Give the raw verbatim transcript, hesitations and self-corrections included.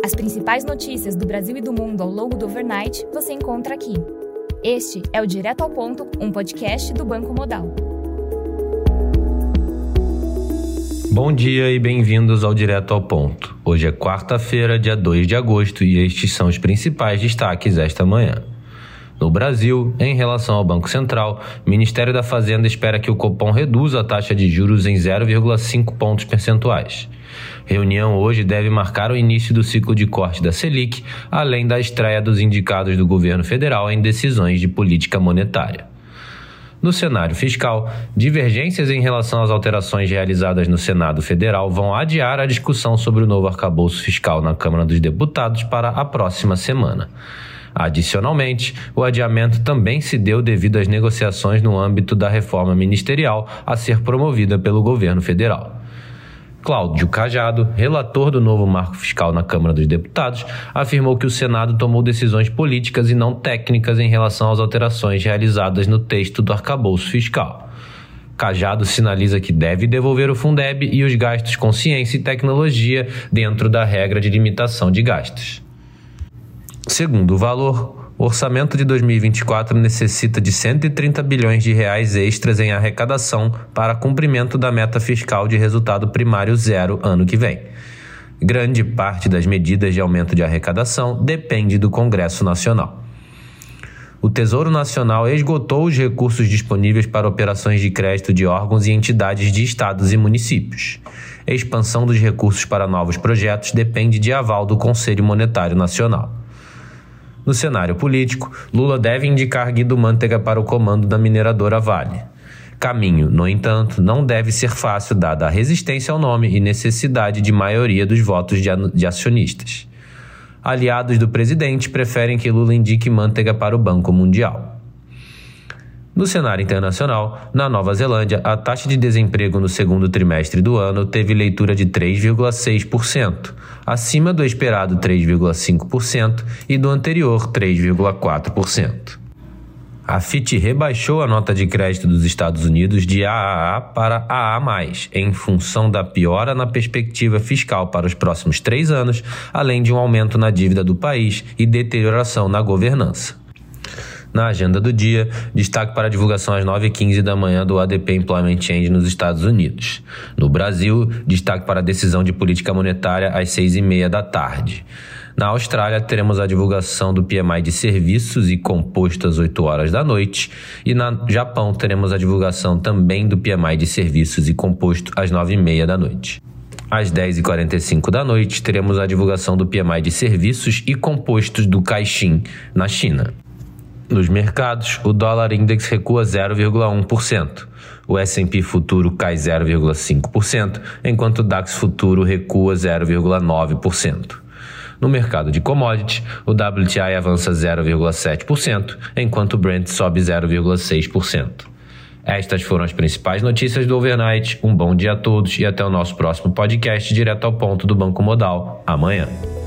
As principais notícias do Brasil e do mundo ao longo do overnight você encontra aqui. Este é o Direto ao Ponto, um podcast do Banco Modal. Bom dia e bem-vindos ao Direto ao Ponto. Hoje é quarta-feira, dia dois de agosto, e estes são os principais destaques esta manhã. No Brasil, em relação ao Banco Central, o Ministério da Fazenda espera que o Copom reduza a taxa de juros em zero vírgula cinco pontos percentuais. Reunião hoje deve marcar o início do ciclo de corte da Selic, além da estreia dos indicados do governo federal em decisões de política monetária. No cenário fiscal, divergências em relação às alterações realizadas no Senado Federal vão adiar a discussão sobre o novo arcabouço fiscal na Câmara dos Deputados para a próxima semana. Adicionalmente, o adiamento também se deu devido às negociações no âmbito da reforma ministerial a ser promovida pelo governo federal. Cláudio Cajado, relator do novo marco fiscal na Câmara dos Deputados, afirmou que o Senado tomou decisões políticas e não técnicas em relação às alterações realizadas no texto do arcabouço fiscal. Cajado sinaliza que deve devolver o Fundeb e os gastos com ciência e tecnologia dentro da regra de limitação de gastos. Segundo o Valor, o orçamento de dois mil e vinte e quatro necessita de cento e trinta bilhões de reais extras em arrecadação para cumprimento da meta fiscal de resultado primário zero ano que vem. Grande parte das medidas de aumento de arrecadação depende do Congresso Nacional. O Tesouro Nacional esgotou os recursos disponíveis para operações de crédito de órgãos e entidades de estados e municípios. A expansão dos recursos para novos projetos depende de aval do Conselho Monetário Nacional. No cenário político, Lula deve indicar Guido Mantega para o comando da mineradora Vale. Caminho, no entanto, não deve ser fácil dada a resistência ao nome e necessidade de maioria dos votos de acionistas. Aliados do presidente preferem que Lula indique Mantega para o Banco Mundial. No cenário internacional, na Nova Zelândia, a taxa de desemprego no segundo trimestre do ano teve leitura de três vírgula seis por cento, acima do esperado três vírgula cinco por cento e do anterior três vírgula quatro por cento. A Fitch rebaixou a nota de crédito dos Estados Unidos de A A A para A A mais, em função da piora na perspectiva fiscal para os próximos três anos, além de um aumento na dívida do país e deterioração na governança. Na agenda do dia, destaque para a divulgação às nove e quinze da manhã do A D P Employment Change nos Estados Unidos. No Brasil, destaque para a decisão de política monetária às seis e meia da tarde. Na Austrália, teremos a divulgação do P M I de serviços e composto às oito horas da noite. E no Japão, teremos a divulgação também do P M I de serviços e composto às nove e meia da noite. Às dez e quarenta e cinco da noite, teremos a divulgação do P M I de serviços e compostos do Caixin, na China. Nos mercados, o dólar index recua zero vírgula um por cento. O S and P futuro cai zero vírgula cinco por cento, enquanto o DAX futuro recua zero vírgula nove por cento. No mercado de commodities, o W T I avança zero vírgula sete por cento, enquanto o Brent sobe zero vírgula seis por cento. Estas foram as principais notícias do overnight. Um bom dia a todos e até o nosso próximo podcast Direto ao Ponto do Banco Modal, amanhã.